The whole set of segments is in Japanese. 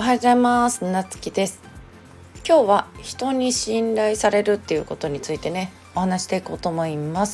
はようございます。なつきです。今日は人に信頼されるっていうことについてね、お話していこうと思います。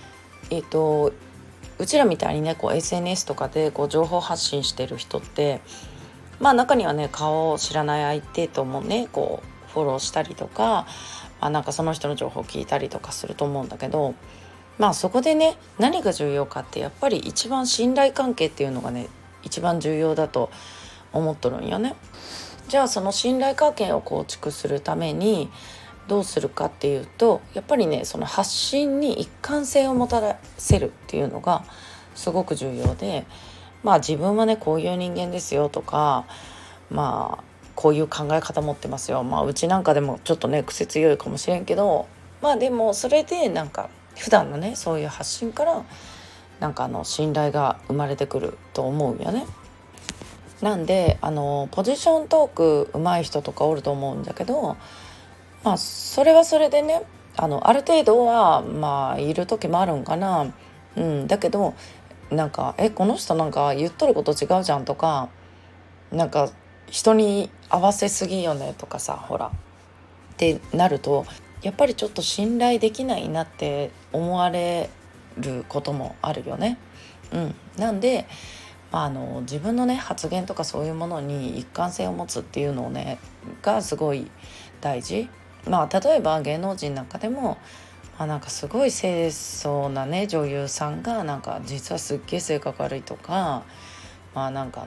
うちらみたいにね、SNS とかで情報発信してる人って、中にはね、顔を知らない相手ともね、フォローしたりとか、なんかその人の情報を聞いたりとかすると思うんだけど、そこでね、何が重要かってやっぱり一番信頼関係っていうのがね、一番重要だと思っとるんよね。じゃあその信頼関係を構築するためにどうするかっていうと、やっぱりね、その発信に一貫性を持たせるっていうのがすごく重要で、自分はねこういう人間ですよとか、こういう考え方持ってますよ。うちなんかでもちょっとね癖強いかもしれんけど、でもそれでなんか普段のねそういう発信からなんか信頼が生まれてくると思うよね。なんでポジショントーク上手い人とかおると思うんだけど、それはそれでね、ある程度はいる時もあるんかな。だけどなんかこの人なんか言っとること違うじゃんとか、なんか人に合わせすぎよねとかさ、ほらってなるとやっぱりちょっと信頼できないなって思われることもあるよね。なんで自分のね発言とかそういうものに一貫性を持つっていうのをねがすごい大事。例えば芸能人なんかでも、なんかすごい清楚なね女優さんがなんか実はすっげえ性格悪いとか、なんか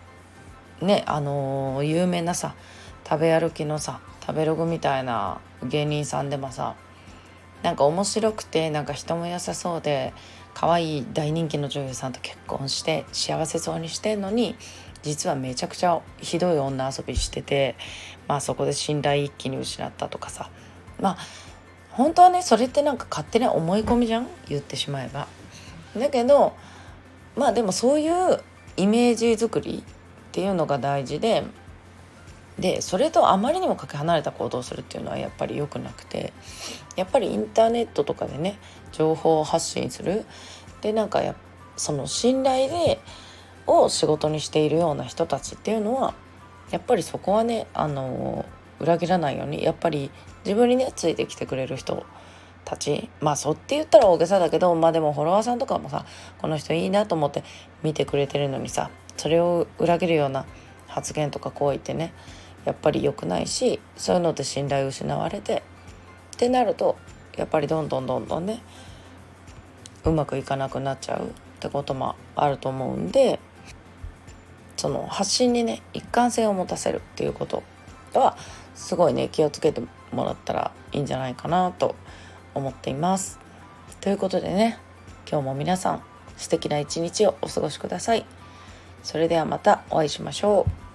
有名なさ食べ歩きのさ食べログみたいな芸人さんでもさ、なんか面白くてなんか人も優しそうで可愛い大人気の女優さんと結婚して幸せそうにしてんのに、実はめちゃくちゃひどい女遊びしてて、そこで信頼一気に失ったとかさ、本当はねそれってなんか勝手な思い込みじゃん、言ってしまえば。だけどでもそういうイメージ作りっていうのが大事で、それとあまりにもかけ離れた行動をするっていうのはやっぱり良くなくて、やっぱりインターネットとかでね情報を発信するで、なんかその信頼を仕事にしているような人たちっていうのはやっぱりそこはね裏切らないように、やっぱり自分にねついてきてくれる人たち、そうって言ったら大げさだけど、でもフォロワーさんとかもさ、この人いいなと思って見てくれてるのにさ、それを裏切るような発言とか行為ってねやっぱり良くないし、そういうので信頼を失われてってなるとやっぱりどんどんねうまくいかなくなっちゃうってこともあると思うんで、その発信にね一貫性を持たせるっていうことはすごいね気をつけてもらったらいいんじゃないかなと思っています。ということでね、今日も皆さん素敵な一日をお過ごしください。それではまたお会いしましょう。